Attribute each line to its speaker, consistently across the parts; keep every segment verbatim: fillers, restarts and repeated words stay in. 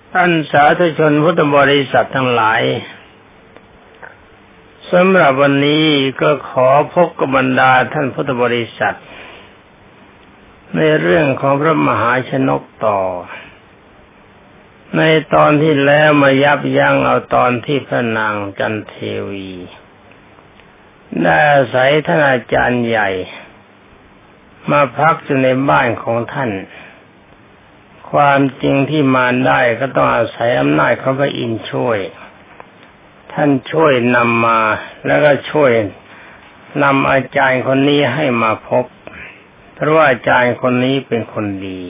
Speaker 1: ท่านสาธุชนพุทธบริษัททั้งหลายสำหรับวันนี้ก็ขอพบกับบรรดาท่านพุทธบริษัทในเรื่องของพระมหาชนกต่อในตอนที่แล้วมายับยั้งเอาตอนที่พระนางจันเทวีได้อาศัยท่านอาจารย์ใหญ่มาพักอยู่ในบ้านของท่านความจริงที่มาได้ก็ต้องอาศัยอำนาจของพระอินทร์ช่วยท่านช่วยนำมาแล้วก็ช่วยนำอาจารย์คนนี้ให้มาพบเพราะว่าอาจารย์คนนี้เป็นคนดี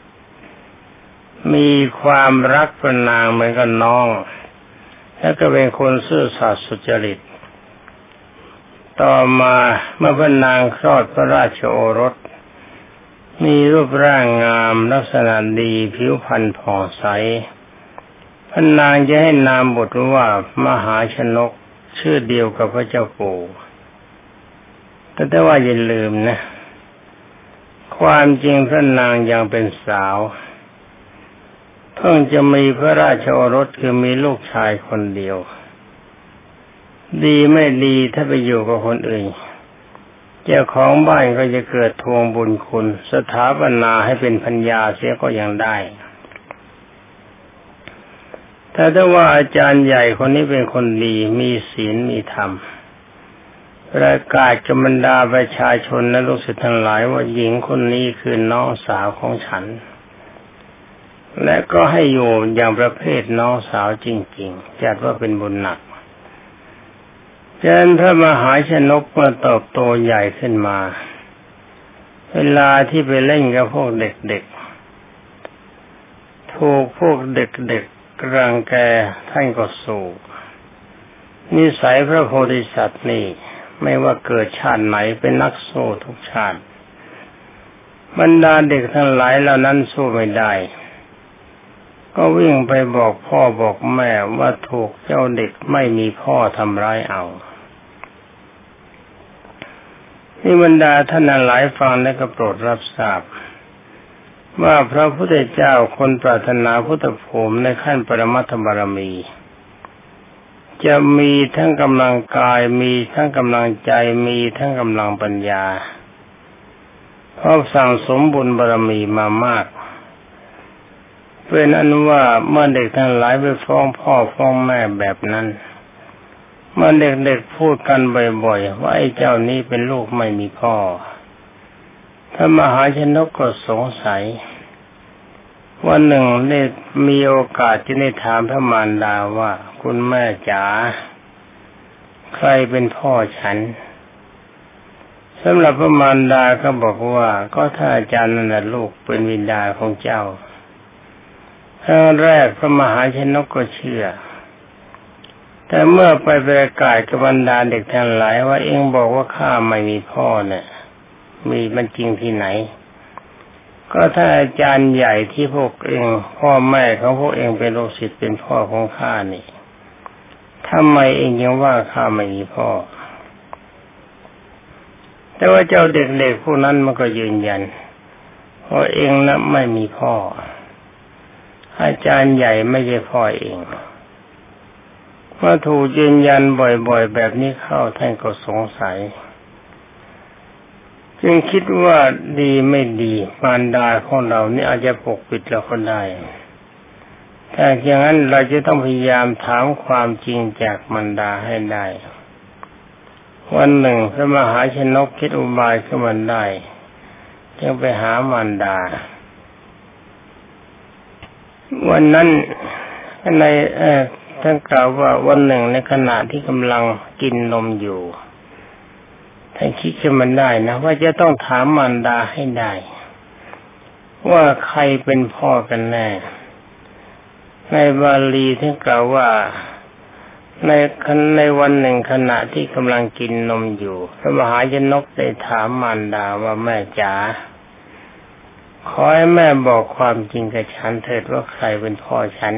Speaker 1: มีความรักพระนางเหมือนกับน้องแล้วก็เป็นคนซื่อสัตย์สุจริตต่อมาเมื่อพระนางคลอดพระราชโอรสมีรูปร่างงามลักษณะดีผิวพรรณผ่องใสพระนางจะให้นามบุตรว่ามหาชนกชื่อเดียวกับพระเจ้าปู่แต่แต่ว่าอย่าลืมนะความจริงพระนางยังเป็นสาวเพิ่งจะมีพระราชโอรสคือมีลูกชายคนเดียวดีไม่ดีถ้าไปอยู่กับคนอื่นเจ้าของบ้านก็จะเกิดทวงบุญคุณสถาปนาให้เป็นพัญญาเสียก็ยังได้แต่ถ้าว่าอาจารย์ใหญ่คนนี้เป็นคนดีมีศีลมีธรรมประกาศกับบรรดาประชาชนและลูกศิษย์ทั้งหลายว่าหญิงคนนี้คือน้องสาวของฉันและก็ให้อยู่อย่างประเภทน้องสาวจริงๆจัดว่าเป็นบุญหนักเจนพระมหาชนกเมื่อเติบโตใหญ่ขึ้นมาเวลาที่ไปเล่นกับพวกเด็กๆถูกพวกเด็กๆรังแกท่านก็สู้นิสัยพระโพธิสัตว์นี่ไม่ว่าเกิดชาติไหนเป็นนักสู้ทุกชาติบรรดาเด็กทั้งหลายเหล่านั้นสู้ไม่ได้ก็วิ่งไปบอกพ่อบอกแม่ว่าถูกเจ้าเด็กไม่มีพ่อทำร้ายเอานี่บรรดาท่านหลายฟังและก็โปรดรับทราบว่าพระพุทธเจ้าคนปรารถนาพุทธภูมิในขั้นปรมัตถบารมีจะมีทั้งกำลังกายมีทั้งกำลังใจมีทั้งกำลังปัญญาเพราะสั่งสมบุญบารมีมามากเป็นอันว่าเมื่อเด็กทั้งหลายไปฟ้องพ่อฟ้องแม่แบบนั้นเมื่อเด็กๆพูดกันบ่อยๆว่าไอ้เจ้านี้เป็นลูกไม่มีพ่อถ้ามหาชนกก็สงสัยวันหนึ่งได้มีโอกาสที่ได้ถามพระมารดาว่าคุณแม่จ๋าใครเป็นพ่อฉันสำหรับพระมารดาก็บอกว่าก็ถ้าอาจารย์นั่นแหละลูกเป็นวิญญาณของเจ้าครั้งแรกพระมหาชนกก็เชื่อแต่เมื่อไปประกาศกับบรรดาเด็กทั้งหลายว่าเองบอกว่าข้าไม่มีพ่อเนี่ยมีมันจริงที่ไหนก็ถ้าอาจารย์ใหญ่ที่พวกเองพ่อแม่ของพวกเองเป็นลูกศิษย์เป็นพ่อของข้านี่ทำไมเองยังว่าข้าไม่มีพ่อแต่ว่าเจ้าเด็กๆพวกนั้นมันก็ยืนยันว่าเองนะไม่มีพ่ออาจารย์ใหญ่ไม่ใช่พ่อเองเมื่อถูกยืนยันบ่อยๆแบบนี้เข้าท่านก็สงสัยจึงคิดว่าดีไม่ดีมารดาของเรานี่อาจจะปกปิดเราก็ได้ถ้าอย่างนั้นเราจะต้องพยายามถามความจริงจากมารดาให้ได้วันหนึ่งพระมหาชนกคิดอุบายขึ้นมาได้จึงไปหามารดาวันนั้นในเอ่อท่านกล่าวว่าวันหนึ่งในขณะที่กำลังกินนมอยู่ท่านคิดขึ้นมาได้นะว่าจะต้องถามมารดาให้ได้ว่าใครเป็นพ่อกันแน่ในบาลีท่านกล่าวว่าในในวันหนึ่งขณะที่กำลังกินนมอยู่พระมหาชนกได้ถามมารดาว่าแม่จ๋าขอให้แม่บอกความจริงกับฉันเถิดว่าใครเป็นพ่อฉัน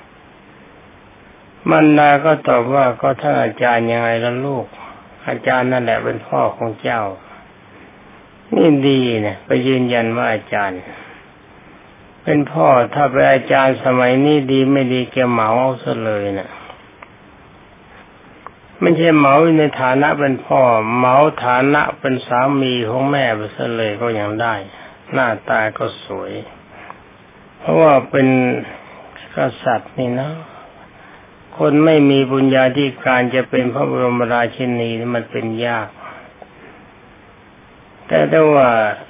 Speaker 1: มารดาก็ตอบว่าก็ท่านอาจารย์ยังไงล่ะลูกอาจารย์นั่นแหละเป็นพ่อของเจ้านี่ดีนะไปยืนยันว่าอาจารย์เป็นพ่อถ้าเป็นอาจารย์สมัยนี้ดีไม่ดีแกเหมาเอาซะเลยนะไม่ใช่เหมาในฐานะเป็นพ่อเหมาฐานะเป็นสามีของแม่ไปซะเลยก็ยังได้หน้าตาก็สวยเพราะว่าเป็นกษัตริย์นี่นะคนไม่มีบุญญาธิการจะเป็นพระบรมราชินีนี่มันเป็นยากแต่ถ้าว่า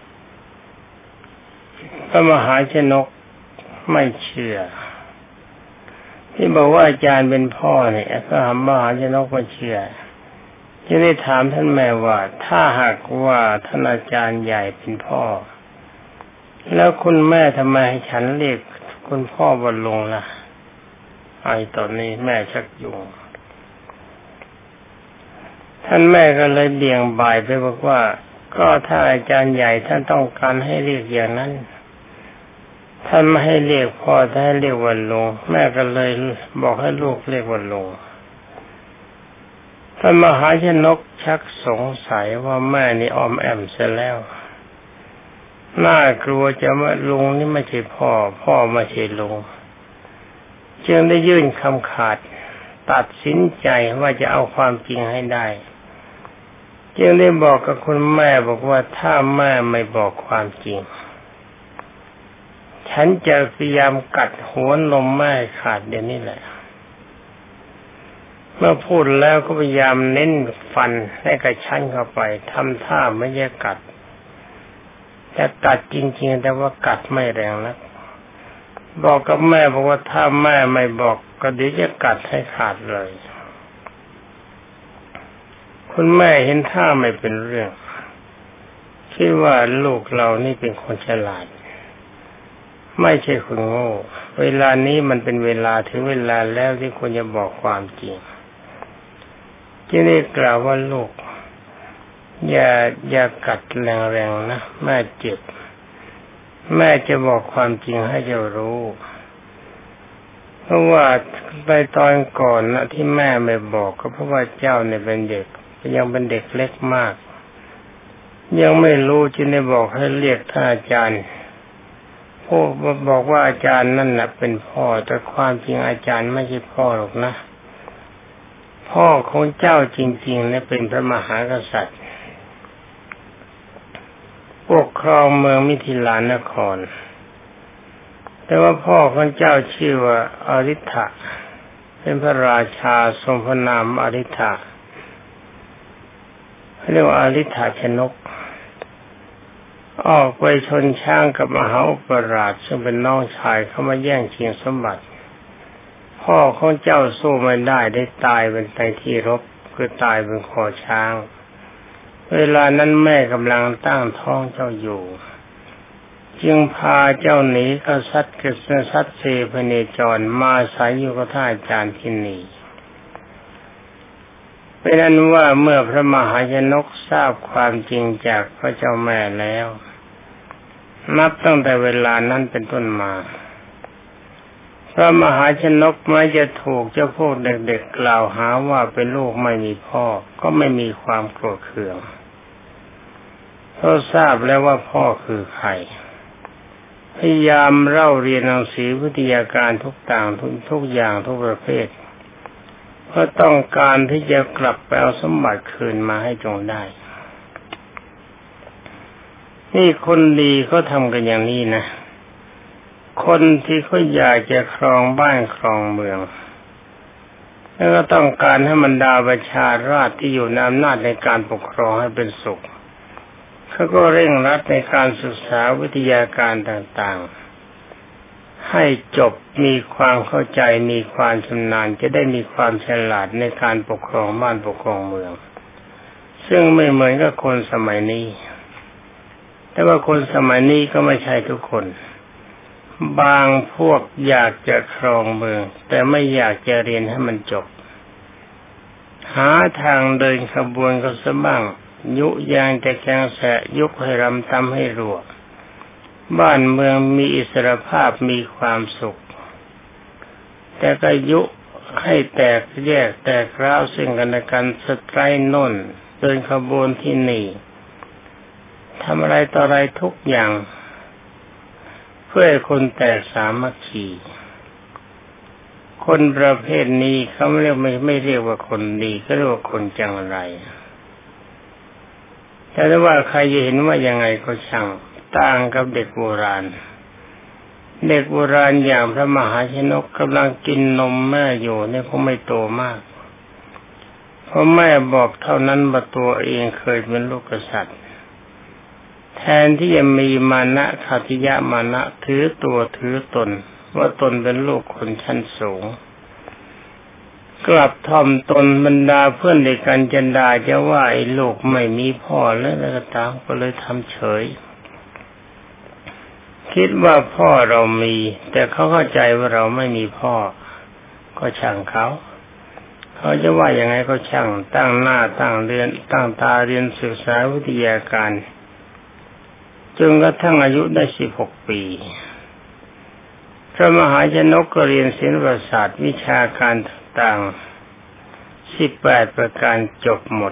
Speaker 1: พระมหาชนกไม่เชื่อที่บอกว่าอาจารย์เป็นพ่อเนี่ยพระมหาชนกไม่เชื่อจึงได้ถามท่านแม่ว่าถ้าหากว่าท่านอาจารย์ใหญ่เป็นพ่อแล้วคุณแม่ทำไมให้ฉันเรียกคุณพ่อว่าลุงล่ะไอ้ตอนนี้แม่ชักยุ่งท่านแม่ก็เลยเบี่ยงบ่ายไปบอกว่าก็ถ้าอาจารย์ใหญ่ท่านต้องการให้เรียกอย่างนั้นท่านไม่ให้เรียกพ่อท่านให้เรียกว่าลุงแม่ก็เลยบอกให้ลูกเรียกว่าลุงท่านมหาชนกชักสงสัยว่าแม่นี่อ้อมแอมเสียแล้วน่ากลัวจะว่าลุงนี่ไม่ใช่พ่อพ่อไม่ใช่ลุงจึงได้ยื่นคำขาดตัดสินใจว่าจะเอาความจริงให้ได้จึงได้บอกกับคุณแม่บอกว่าถ้าแม่ไม่บอกความจริงฉันจะพยายามกัดหัวนมแม่ขาดเดี๋ยวนี้แหละเมื่อพูดแล้วก็พยายามเน้นฟันให้กระชั้นเข้าไปทำท่าไม่จะกัดแต่กัดจริงๆแต่ว่ากัดไม่แรงนักบอกกับแม่บอกว่าถ้าแม่ไม่บอกก็เดี๋ยวจะกัดให้ขาดเลยคุณแม่เห็นท่าไม่เป็นเรื่องคิดว่าลูกเรานี่เป็นคนฉลาดไม่ใช่คนโง่เวลานี้มันเป็นเวลาถึงเวลาแล้วที่ควรจะบอกความจริงจึงได้กล่าวว่าลูกอย่าอย่ากัดแรงๆนะแม่เจ็บแม่จะบอกความจริงให้เจ้ารู้เพราะว่าไปตอนก่อนนะที่แม่ไม่บอกก็เพราะว่าเจ้าเนี่ยเป็นเด็กยังเป็นเด็กเล็กมากยังไม่รู้จึงได้บอกให้เรียกท่านอาจารย์พวกบอกว่าอาจารย์นั่นแหละเป็นพ่อแต่ความจริงอาจารย์ไม่ใช่พ่อหรอกนะพ่อของเจ้าจริงๆเนี่ยเป็นพระมหากษัตริย์ปกครองเมืองมิถิลานครแต่ว่าพ่อของเจ้าชื่อว่าอริ t ฐะเป็นพระราชาทรงพระนามอริ t ฐะเรียกว่าอริ t ฐะชนกออกไปชนช้างกับมหาอุปราชซึ่งเป็นน้องชายเข้ามาแย่งชิงสมบัติพ่อของเจ้าสู้ไม่ได้ได้ตายเป็นในที่รบคือตายเป็นคอช้างเวลานั้นแม่กำลังตั้งท้องเจ้าอยู่จึงพาเจ้าหนีกษัตริย์กษัตริย์เสพเนจรมาอาศัยอยู่กับท่านอาจารย์ที่นี่เป็นนั้นว่าเมื่อพระมหาชนกทราบความจริงจากพระเจ้าแม่แล้วนับตั้งแต่เวลานั้นเป็นต้นมาพระมหาชนกแม้จะถูกเจ้าพวกเด็กๆกล่าวหาว่าเป็นลูกไม่มีพ่อก็ไม่มีความโกรธเคืองเพราะทราบแล้วว่าพ่อคือใครพยายามเล่าเรียนหนังสือวิทยาการทุกต่างทุกทุกอย่างทุกประเภทเพราะต้องการที่จะกลับไปเอาสมบัติคืนมาให้จงได้นี่คนดีเขาทำกันอย่างนี้นะคนที่เขาอยากจะครองบ้านครองเมืองแล้วก็ต้องการให้บรรดาประชาราษฎร์ที่อยู่ในอำนาจในการปกครองให้เป็นสุขเขาก็เร่งรัดในการศึกษาวิทยาการต่างๆให้จบมีความเข้าใจมีความชำนาญจะได้มีความฉลาดในการปกครองบ้านปกครองเมืองซึ่งไม่เหมือนกับคนสมัยนี้แต่ว่าคนสมัยนี้ก็ไม่ใช่ทุกคนบางพวกอยากจะครองเมืองแต่ไม่อยากจะเรียนให้มันจบหาทางเดินขบวนก็ซะบ้างยุยางแต่แกงแสะยุกให้รำตำให้รัวบ้านเมืองมีอิสรภาพมีความสุขแต่ก็ยุให้แตกแยกแตกร้าวซึ่งกันและกันสไตร์โน่นเดินขบวนที่นี่ทำอะไรต่ออะไรทุกอย่างเพื่อให้คนแตกสามัคคีคนประเภทนี้เขาไม่เรียกไม่ไม่เรียกว่าคนดีเขาเรียกว่าคนจังไรแต่ว่าใครจะเห็นว่ายังไงก็ช่างต่างกับเด็กโบราณเด็กโบราณอย่างพระมหาชนกกำลังกินนมแม่อยู่เนี่ยคงไม่โตมากเพราะแม่บอกเท่านั้นว่าตัวเองเคยเป็นลูกกษัตริย์แทนที่จะมีมานะขัตติยะมานะถือตัวถือตนว่าตนเป็นลูกคนชั้นสูงกลับถ่อมตนบรรดาเพื่อนในกันจันดาจะว่าไอ้ลูกไม่มีพ่อแล้วก็ตามก็เลยทำเฉยคิดว่าพ่อเรามีแต่เขาเข้าใจว่าเราไม่มีพ่อก็ช่างเขาเขาจะว่ายังไงก็ช่างตั้งหน้าตั้งเรียนตั้งตาเรียนศึกษาวิทยาการจนกระทั่งอายุได้สิบหกปีพระมหาชนกก็เรียนศิลปศาสตร์วิชาการต่างๆสิบแปดประการจบหมด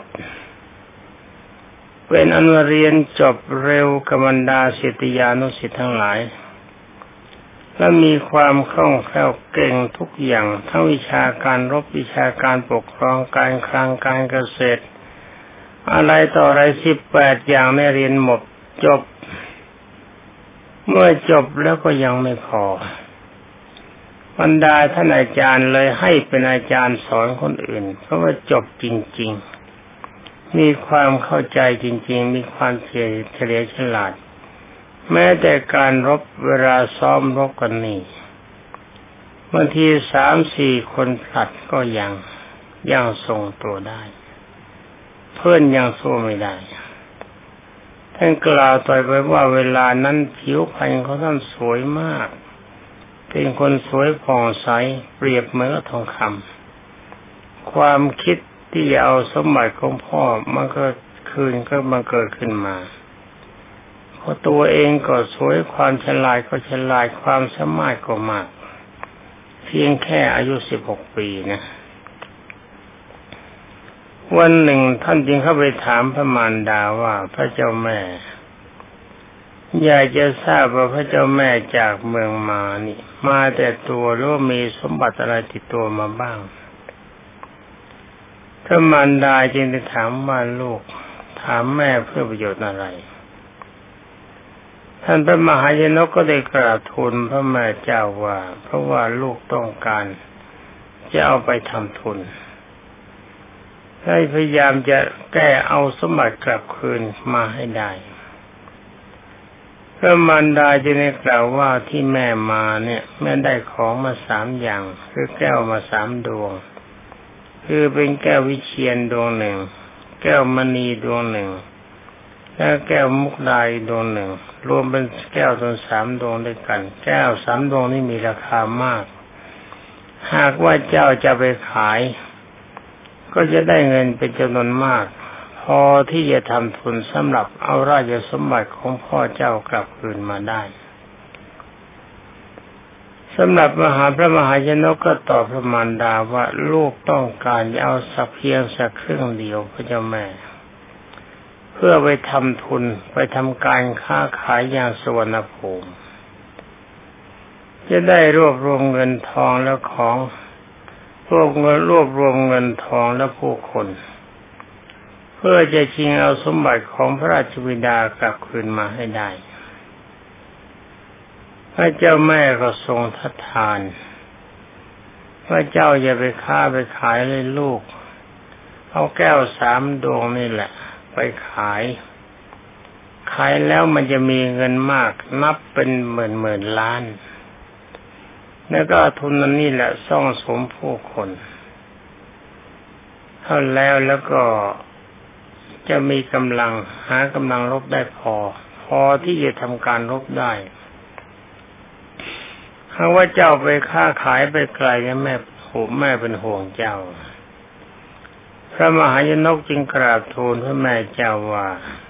Speaker 1: เป็นอันว่าเรียนจบเร็วกับบรรดาศิษยานุศิษย์ทั้งหลายและมีความคล่องแคล่วเก่งทุกอย่างทั้งวิชาการรบวิชาการปกครองการคลังการเกษตรอะไรต่ออะไรสิบแปดอย่างได้เรียนหมดจบเมื่อจบแล้วก็ยังไม่พอบรรดาท่านอาจารย์เลยให้เป็นอาจารย์สอนคนอื่นเพราะว่าจบจริงๆมีความเข้าใจจริงๆมีความเฉลียวฉลาดแม้แต่การรบเวลาซ้อมรบกันนี่บางทีสามสี่คนผลัดก็ยังยังทรงตัวได้เพื่อนยังสู้ไม่ได้ท่านกล่าวต่อไปว่าเวลานั้นผิวพรรณของท่านสวยมากเป็นคนสวยผ่องใสเปรียบเหมือนทองคำความคิดที่จะเอาสมบัติของพ่อมันก็คืนก็มาเกิดขึ้นมาเพราะตัวเองก็สวยความฉลาดก็ฉลาดความสามารถก็มากเพียงแค่อายุสิบหกปีนะวันหนึ่งท่านจึงเข้าไปถามพระมารดาว่าพระเจ้าแม่อยากจะทราบว่าพระเจ้าแม่จากเมืองมานี่มาแต่ตัวหรือว่ามีสมบัติอะไรติดตัวมาบ้างพระมารดาจึงได้ถามว่าลูกถามแม่เพื่อประโยชน์อะไรท่านพระมหาชนกก็ได้กราบทูลพระแม่เจ้าว่าเพราะว่าลูกต้องการจะเอาไปทำทุนให้พยายามจะแก้เอาสมบัติกลับคืนมาให้ได้พระมารดาจึงได้กล่าวว่าที่แม่มาเนี่ยแม่ได้ของมาสามอย่างคือแก้วมาสามดวงคือเป็นแก้ววิเชียรดวงหนึ่งแก้วมณีดวงหนึ่งและแก้วมุกดาดวงหนึ่งรวมเป็นแก้วทั้งสามดวงด้วยกันแก้วสามดวงนี้มีราคามากหากว่าเจ้าจะไปขายก็จะได้เงินเป็นจำนวนมากพอที่จะทำทุนสำหรับเอาราชสมบัติของพ่อเจ้ากลับคืนมาได้สำหรับมหาพระมหาชนกก็ตอบพระมารดาว่าลูกต้องการจะเอาสักเพียงสักครึ่งเดียวพระเจ้าแม่เพื่อไปทำทุนไปทำการค้าขายอย่างสุวรรณภูมิจะได้รวบรวมเงินทองและของรวบเงินรวบรวมเงินทองและผู้คนเพื่อจะชิงเอาสมบัติของพระราชบิดากลับคืนมาให้ได้พระเจ้าแม่ก็ทรงทัดทานว่าเจ้าอย่าไปค้าไปขายเลยลูกเอาแก้วสามดวงนี่แหละไปขายขายแล้วมันจะมีเงินมากนับเป็นหมื่นหมื่นล้านแล้วก็ทุนนั้นนี่แหละซ่องสมผู้คนเท่าแล้วแล้วก็จะมีกำลังหากำลังรบได้พอพอที่จะทำการรบได้หากว่าเจ้าไปค้าขายไปไกลแม่โหแม่เป็นห่วงเจ้าพระมหาชนกจึงกราบทูลพระแม่เจ้าว่า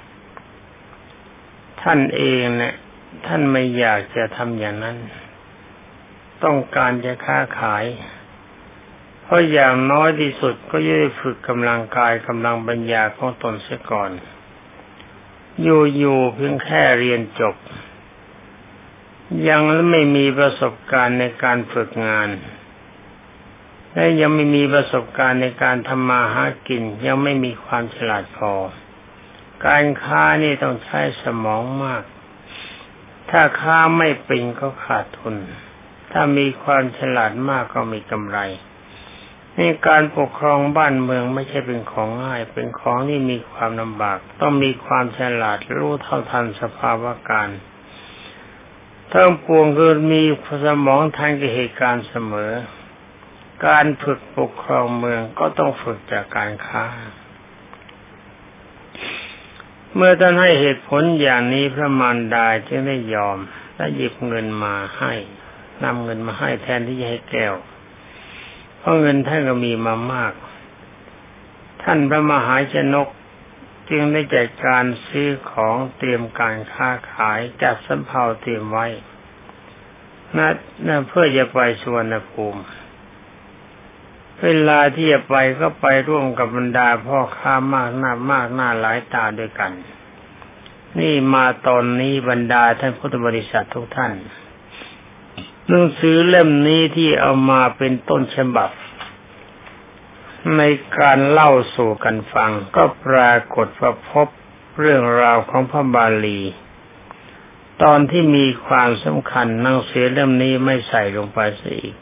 Speaker 1: ท่านเองเนี่ยท่านไม่อยากจะทำอย่างนั้นต้องการจะค้าขายเพราะอย่างน้อยที่สุดก็จะได้ฝึกกำลังกายกำลังปัญญาของตนเสียก่อน อยู่ๆเพียงแค่เรียนจบยังไม่มีประสบการณ์ในการฝึกงานและยังไม่มีประสบการณ์ในการทำมาหากินยังไม่มีความฉลาดพอการค้านี่ต้องใช้สมองมากถ้าค้าไม่เป็นก็ขาดทุนถ้ามีความฉลาดมากก็มีกำไรนี่การปกครองบ้านเมืองไม่ใช่เป็นของง่ายเป็นของที่มีความลำบากต้องมีความฉลาดรู้เท่าทันสภาวะการทั้งปวงคือมีสมองทันกับเหตุการณ์เสมอการฝึกปกครองเมืองก็ต้องฝึกจากการค้าเมื่อท่านให้เหตุผลอย่างนี้พระมารดาจึงได้ยอมและหยิบเงินมาให้นำเงินมาให้แทนที่จะให้แก้วเพราะเงินท่านก็มีมามากท่านพระมหาชนกจึงได้จัดการซื้อของเตรียมการค้าขายจัดสำเภาเตรียมไว้นะเพื่อจะไปสุวรรณภูมิเวลาที่จะไปก็ไปร่วมกับบรรดาพ่อค้ามากหน้ามากหน้าหลายตาด้วยกันนี่มาตอนนี้บรรดาท่านพุทธบริษัททุกท่านหนังสือเล่มนี้ที่เอามาเป็นต้นฉบับในการเล่าสู่กันฟังก็ปรากฏว่าพบเรื่องราวของพระบาลีตอนที่มีความสำคัญหนังสือเล่มนี้ไม่ใส่ลงไปซะอีก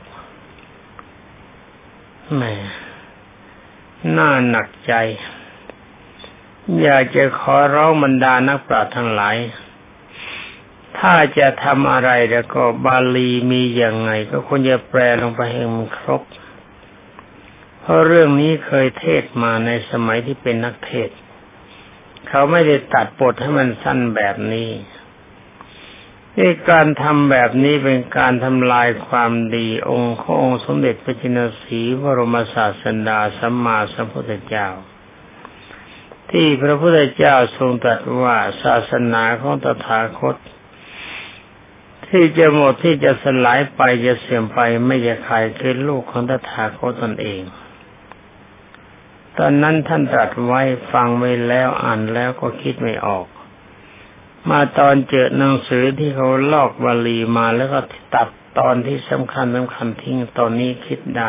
Speaker 1: แหมน่าหนักใจอยากจะขอร้องบรรดานักปราชญ์ทั้งหลายถ้าจะทำอะไรแล้วก็บาลีมีอย่างไงก็ควรจะแปลลงไปให้มันครบเพราะเรื่องนี้เคยเทศมาในสมัยที่เป็นนักเทศเขาไม่ได้ตัดบทให้มันสั้นแบบนี้ในการทำแบบนี้เป็นการทำลายความดีองค์ขององค์สมเด็จพระจินสีบรมศาสดาสัมมาสัมพุทธเจ้าที่พระพุทธเจ้าทรงตรัสว่าศาสนาของตถาคตที่จะหมดที่จะสลายไปจะเสื่อมไปไม่จะใครคือลูกของตถาคตตนเองตอนนั้นท่านตรัสไว้ฟังไว้แล้วอ่านแล้วก็คิดไม่ออกมาตอนเจอหนังสือที่เขาลอกบาลีมาแล้วก็ตัดตอนที่สำคัญสำคัญทิ้งตอนนี้คิดได้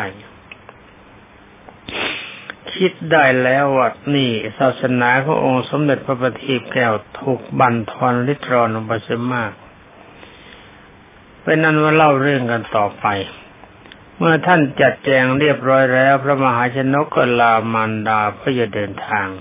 Speaker 1: คิดได้แล้วว่านี่ศาสนาขององค์สมเด็จพระบัณฑิตแก้วถูกบั่นทอนริดรอนลงไปเสียมากเป็นนั้นว่าเล่าเรื่องกันต่อไปเมื่อท่านจัดแจงเรียบร้อยแล้วพระมหาชนกก็ลามารดาเพื่อจะเดินทาง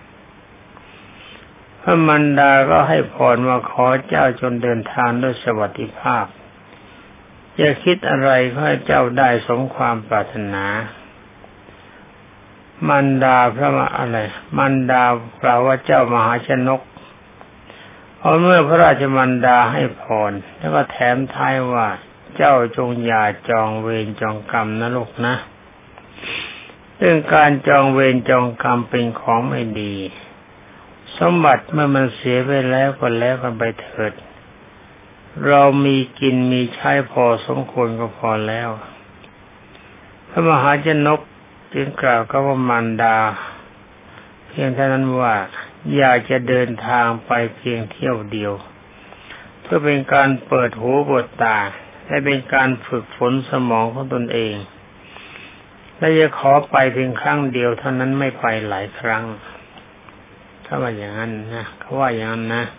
Speaker 1: พระมารดาก็ให้พรว่าขอเจ้าจงเดินทางด้วยสวัสดิภาพจะคิดอะไรขอให้เจ้าได้สมความปรารถนามารดาพระมอะไรมารดากล่าวว่าเจ้ามหาชนกพอเมื่อพระราชมารดาให้พรแล้วก็แถมท้ายว่าเจ้าจงอย่าจองเวรจองกรรมนะลูกนะเรื่องการจองเวรจองกรรมเป็นของไม่ดีสมบัติเมื่อมันเสียไปแล้วก็แล้วกันไปเถิดเรามีกินมีใช้พอสมควรก็พอแล้วพระมหาชนกจึงกล่าวกับมารดาเพียงเท่านั้นว่าอยากจะเดินทางไปเพียงเที่ยวเดียวเพื่อเป็นการเปิดหูเปิดตาและเป็นการฝึกฝนสมองของตนเองและจะขอไปเพียงครั้งเดียวเท่านั้นไม่ไปหลายครั้งถ้าว่าอย่างนั้นนะเขาว่าอย่างนั้นนะ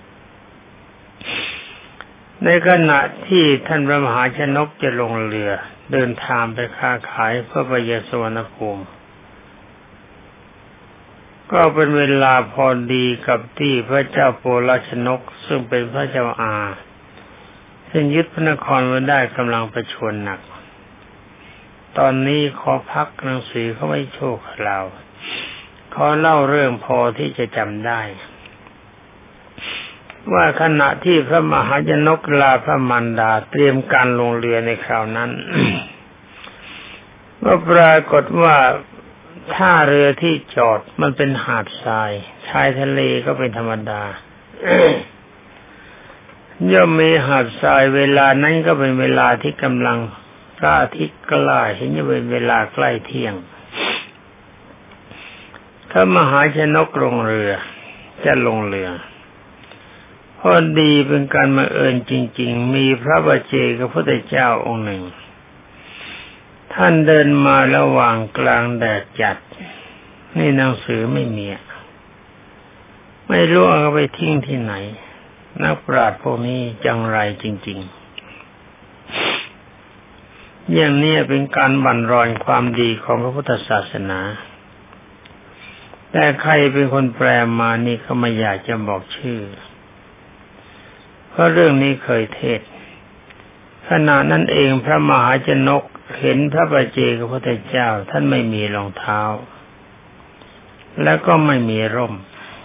Speaker 1: ในขณะที่ท่านพระมหาชนกจะลงเรือเดินทางไปค้าขายเพื่อไปยังสุวรรณภูมิก็เป็นเวลาพอดีกับที่พระเจ้าโปลชนกซึ่งเป็นพระเจ้าอาซึ่งยึดพระนครไว้ได้กำลังประชวรหนักตอนนี้ขอพักหนังสือเขาไม่โชคเราขอเล่าเรื่องพอที่จะจำได้ว่าขณะที่พระมหาชนกลาพระมารดาเตรียมการลงเรือในคราวนั้น ก็ปรากฏว่าท่าเรือที่จอดมันเป็นหาดทรายชายทะเลก็เป็นธรรมดา ย่อมมีหาดทรายเวลานั้นก็เป็นเวลาที่กำลังพระอาทิตย์ใกล้เห็นจะเป็นเวลาใกล้เที่ยงถ้ามหาชนกลงเรือจะลงเรือพพอดีเป็นการบังเอิญจริงๆมีพระปัจเจกพุทธเจ้าองค์หนึ่งท่านเดินมาระหว่างกลางแดดจัดนี่หนังสือไม่มีไม่รู้เอาไปทิ้งที่ไหนนักปราชญ์พวกนี้จังไรจริงๆอย่างนี้เป็นการบั่นรอนความดีของพระพุทธศาสนาแต่ใครเป็นคนแปลมานี่เขาไม่อยากจะบอกชื่อเพราะเรื่องนี้เคยเทศน์ขณะนั้นเองพระมหาชนกเห็นพระปัจเจกพุทธเจ้าท่านไม่มีรองเท้าแล้วก็ไม่มีร่ม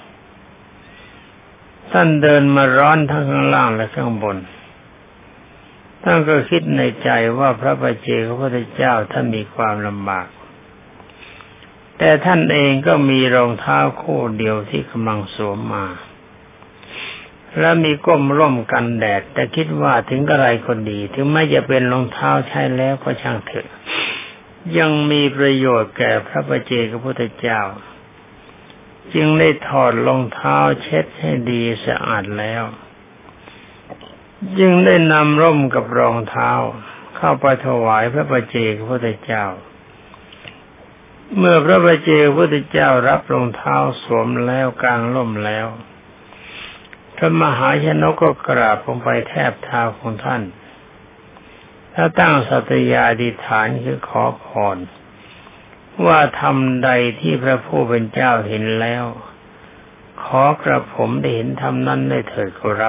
Speaker 1: ท่านเดินมาร้อนทั้งข้างล่างและข้างบนท่านก็คิดในใจว่าพระปัจเจกพุทธเจ้าท่านมีความลำบากแต่ท่านเองก็มีรองเท้าคู่เดียวที่กำลังสวมมาและมีก้มร่มกันแดดแต่คิดว่าถึงกระไรคนดีถึงแม้จะเป็นรองเท้าใช้แล้วก็ช่างเถอะยังมีประโยชน์แก่พระปัจเจกพุทธเจ้าจึงได้ถอดรองเท้าเช็ดให้ดีสะอาดแล้วจึงได้นำร่มกับรองเท้าเข้าไปถวายพระปัจเจกพุทธเจ้าเมื่อพระปัจเจกพุทธเจ้ารับรองเท้าสวมแล้วกางร่มแล้วพระมหาชนกก็กราบลงไปแทบเท้าของท่านถ้าตั้งสัตยาธิษฐานคือขอพรว่าธรรมใดที่พระผู้เป็นเจ้าเห็นแล้วขอกระผมได้เห็นธรรมนั้นได้เถิดขอรับ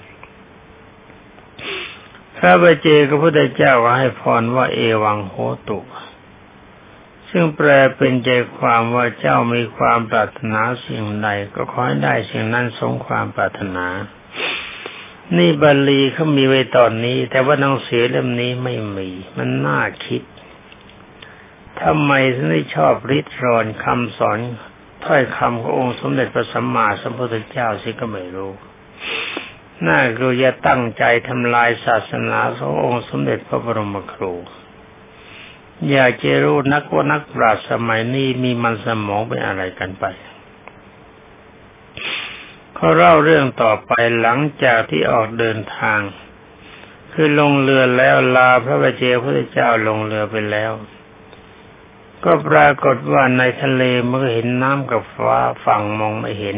Speaker 1: พระปัจเจกพุทธเจ้าก็ให้พรว่าเอวังโหตุซึ่งแปลเป็นใจความว่าเจ้ามีความปรารถนาสิ่งใดก็ขอให้ได้สิ่งนั้นสมความปรารถนานี่บาลีเขามีไว้ตอนนี้แต่ว่าหนังสือเล่มนี้ไม่มีมันน่าคิดทำไมถึงได้ชอบริดรอนคำสอนถ้อยคำขององค์สมเด็จพระสัมมาสัมพุทธเจ้าสิก็ไม่รู้น่าคือจะตั้งใจทำลายศาสนาขององค์สมเด็จพระบรมครูอยากจะรู้นักว่านักปราชญ์สมัยนี้มีมันสมองเป็นอะไรกันไปเขาเล่าเรื่องต่อไปหลังจากที่ออกเดินทางคือลงเรือแล้วลาพระปัจเจกพุทธเจ้าลงเรือไปแล้วก็ปรากฏว่าในทะเลเมื่อเห็นน้ำกับฟ้าฝั่งมองไม่เห็น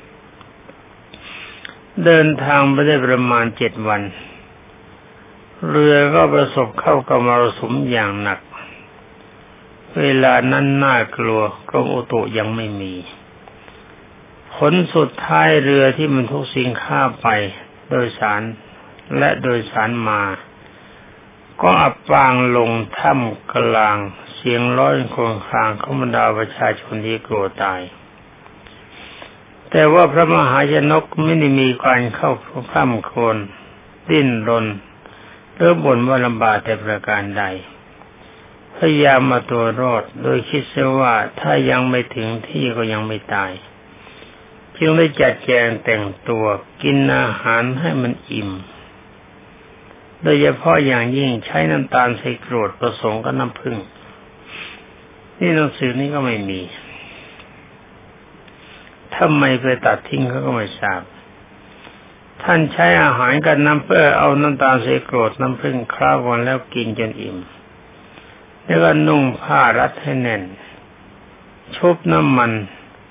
Speaker 1: เดินทางไปได้ประมาณเจ็ดวันเรือก็ประสบเข้ากับมรสุมอย่างหนักเวลานั้นน่ากลัวกรมอุตุยังไม่มีผลสุดท้ายเรือที่มันทุกสิ่งข้าไปโดยสารและโดยสารมาก็อับปางลงท่ามกลางเสียงร้องครวญครางของบรรดาประชาชนที่กลัวตายแต่ว่าพระมหาชนกไม่ได้มีการเข้าคร่ำครวญดิ้นรนหรือบ่นว่าลำบากแต่ประการใดพยายามมาตัวรอดโดยคิดเสียว่าถ้ายังไม่ถึงที่ก็ยังไม่ตายจึงได้จัดแจงแต่งตัวกินอาหารให้มันอิ่มโดยเฉพาะอย่างยิ่งใช้น้ำตาลใส่กรดผสมกับน้ำผึ้งนี่หนังสือนี้ก็ไม่มีทำไมไปตัดทิ้งเขาก็ไม่ทราบท่านใช้อาหารกับน้ำเพื่อเอาน้ำตาลใส่กรดน้ำผึ้งคล้ากันแล้วกินจนอิ่มแล้วก็นุ่งผ้ารัดให้แน่นชุบน้ำมัน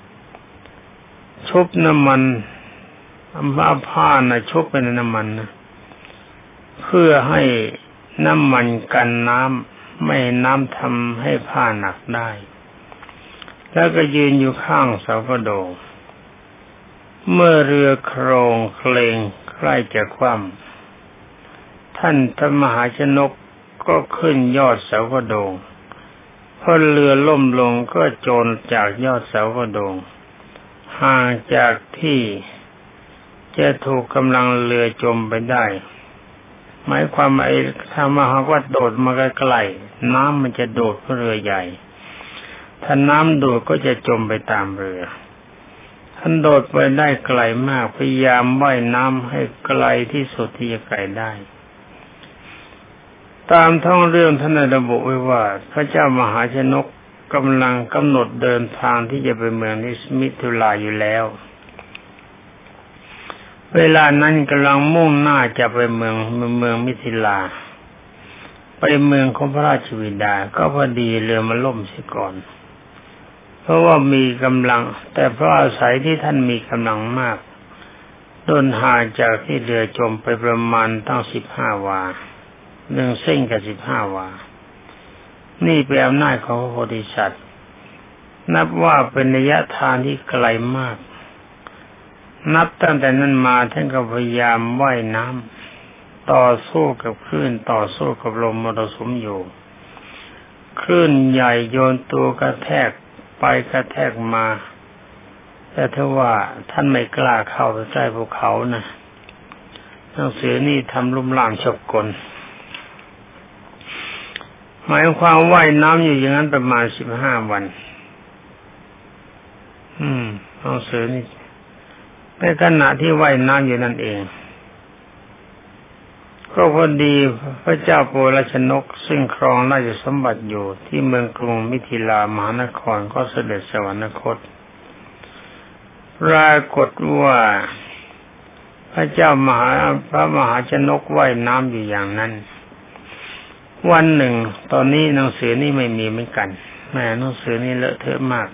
Speaker 1: ชุบน้ำมันเอาผ้านะชุบเป็นน้ำมันนะเพื่อให้น้ำมันกันน้ำไม่น้ำทำให้ผ้าหนักได้แล้วก็ยืนอยู่ข้างเสากระโดงเมื่อเรือโครงเคลงใกล้จะคว่ำท่านพระมหาชนกก็ขึ้นยอดเสากระโดงพอเรือล่มลงก็โจรจากยอดเสากระโดงห่างจากที่จะถูกกำลังเรือจมไปได้หมายความว่าถ้ามาหากว่าโดดมาใกล้ๆน้ำมันจะโดดเพราะเรือใหญ่ถ้าน้ำโดดก็จะจมไปตามเรือท่านโดดไปได้ไกลมากพยายามว่ายน้ำให้ไกลที่สุดที่จะไกลได้ตามท้องเรื่องท่านระบุไว้ว่าพระเจ้ามหาชนกกำลังกำหนดเดินทางที่จะไปเมืองนิมิถุลาอยู่แล้วเวลานั้นกำลังมุ่งหน้าจะไปเมืองเมืองมิถิลาไปเมืองของพระราชบิดาก็พอดีเรือมาล่มเสียก่อนเพราะว่ามีกำลังแต่เพราะอาศัยที่ท่านมีกำลังมากโดนห่างจากที่เรือจมไปประมาณตั้งสิบห้าวาหนึ่งเส้นกับสิบห้าวานี่เป็นอำนาจของพระโพธิสัตว์นับว่าเป็นระยะทางที่ไกลมากนับตั้งแต่นั้นมาท่านก็พยายามว่ายน้ำต่อสู้กับคลื่นต่อสู้กับลมมรสุมอยู่คลื่นใหญ่โยนตัวกระแทกไปกระแทกมาแต่ถ้าว่าท่านไม่กล้าเข้าใกล้ภูเขานะหนังสือนี่ทำลุ่มล่ามฉกกลหมายความว่ายน้ำอยู่อย่างนั้นประมาณสิบห้าวันอืมหนังสือนี่ในขณะที่ว่ายน้ำอยู่นั่นเองก็พอดีพระเจ้าโปรชนกซึ่งครองราชสมบัติอยู่ที่เมืองกรุงมิถิลามหานครก็เสด็จสวรรคตปรากฏว่าพระเจ้ามหาพระมหาชนกว่ายน้ำอยู่อย่างนั้นวันหนึ่งตอนนี้หนังสือนี่ไม่มีเหมือนกันแม่หนังสือนี่เลอะเทอะมาก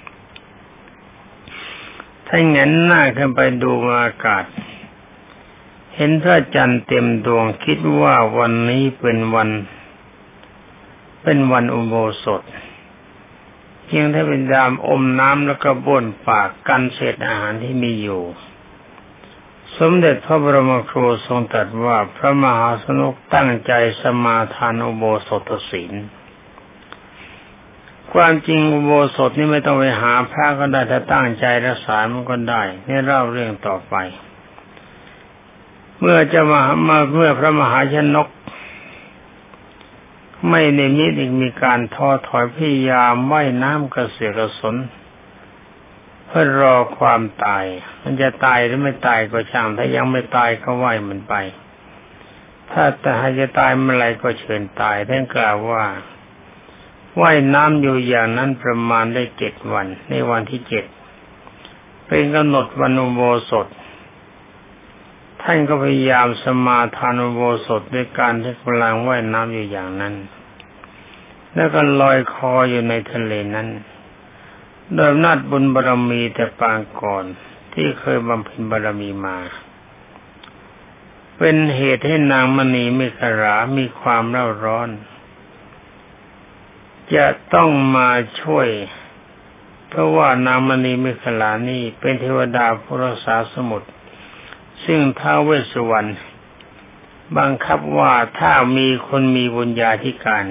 Speaker 1: ถ้าแงนหน้าขึ้นไปดูอากาศเห็นพระจันทร์เต็มดวงคิดว่าวันนี้เป็นวันเป็นวันอุโบสถเพียงถ้าเป็นดามอมน้ำแล้วก็บ้วนปากกันเศษอาหารที่มีอยู่สมเด็จพระบรมครูทรงตรัสว่าพระมหาชนกตั้งใจสมาทานอุโบสถศีลความจริงอุโบสถนี่ไม่ต้องไปหาพระก็ได้ถ้าตั้งใจรักษามันก็ได้นี่เล่าเรื่องต่อไปเมื่อจะมามาเมื่อพระมหาชนกไม่ได้มีอีกมีการท้อถอยพยายามว่ายน้ำกระเสือกกระสนเพื่อรอความตายมันจะตายหรือไม่ตายก็ช่างถ้ายังไม่ตายก็ว่ายมันไปถ้าแต่หากจะตายเมื่อไรก็เชิญตายท่านกล่าวว่าว่ายน้ำอยู่อย่างนั้นประมาณได้เจ็ดวันในวันที่เจ็ดเป็นกำหนดวันอุโบสถท่านก็พยายามสมาทานอุโบสถด้วยการที่กำลังว่ายน้ำอยู่อย่างนั้นแล้วก็ลอยคออยู่ในทะเลนั้นโดยอำนาจบุญบารมีแต่ปางก่อนที่เคยบำเพ็ญบารมีมาเป็นเหตุให้นางมณีเมขลามีความเร่าร้อนจะต้องมาช่วยเพราะว่านางมณีเมขลานี่เป็นเทวดาผู้รักษาสมุทรซึ่งท้าวเวสสุวรรณบังคับว่าถ้ามีคนมีบุญญาธิการ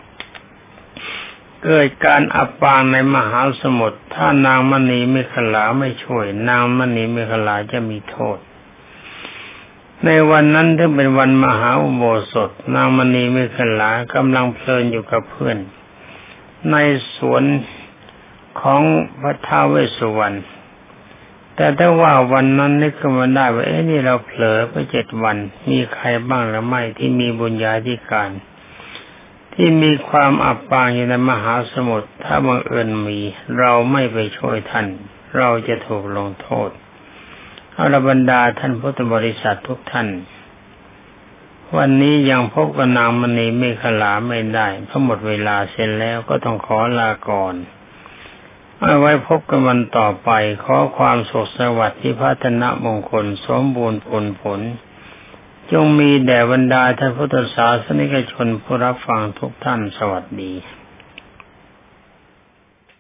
Speaker 1: เกิดการอับปางในมหาสมุทรถ้านางมณีเมขลาไม่ช่วยนางมณีเมขลาจะมีโทษในวันนั้นที่เป็นวันมหาอุโบสถนางมณีเมขลากำลังเพลินอยู่กับเพื่อนในสวนของพระท้าวเวสสุวรรณแต่ถ้าว่าวันนั้นนึกขึ้นมาได้ว่าเอ๊ะนี่เราเผลอไปเจ็ดวันมีใครบ้างหรือไม่ที่มีบุญญาธิการที่มีความอับปางอยู่ในมหาสมุทรถ้าบังเอิญมีเราไม่ไปช่วยท่านเราจะถูกลงโทษเอาละบรรดาท่านพุทธบริษัททุกท่านวันนี้ยังพบกับนางมณีเมขลาไม่ได้เพราะหมดเวลาเสร็จแล้วก็ต้องขอลาก่อนเอาไว้พบกันวันต่อไปขอความสุขสวัสดิ์ที่พัฒนามงคลสมบูรณ์ผลผลจงมีแด่บรรดาท่านพุทธศาสนิกชนผู้รับฟังทุกท่านสวัสดี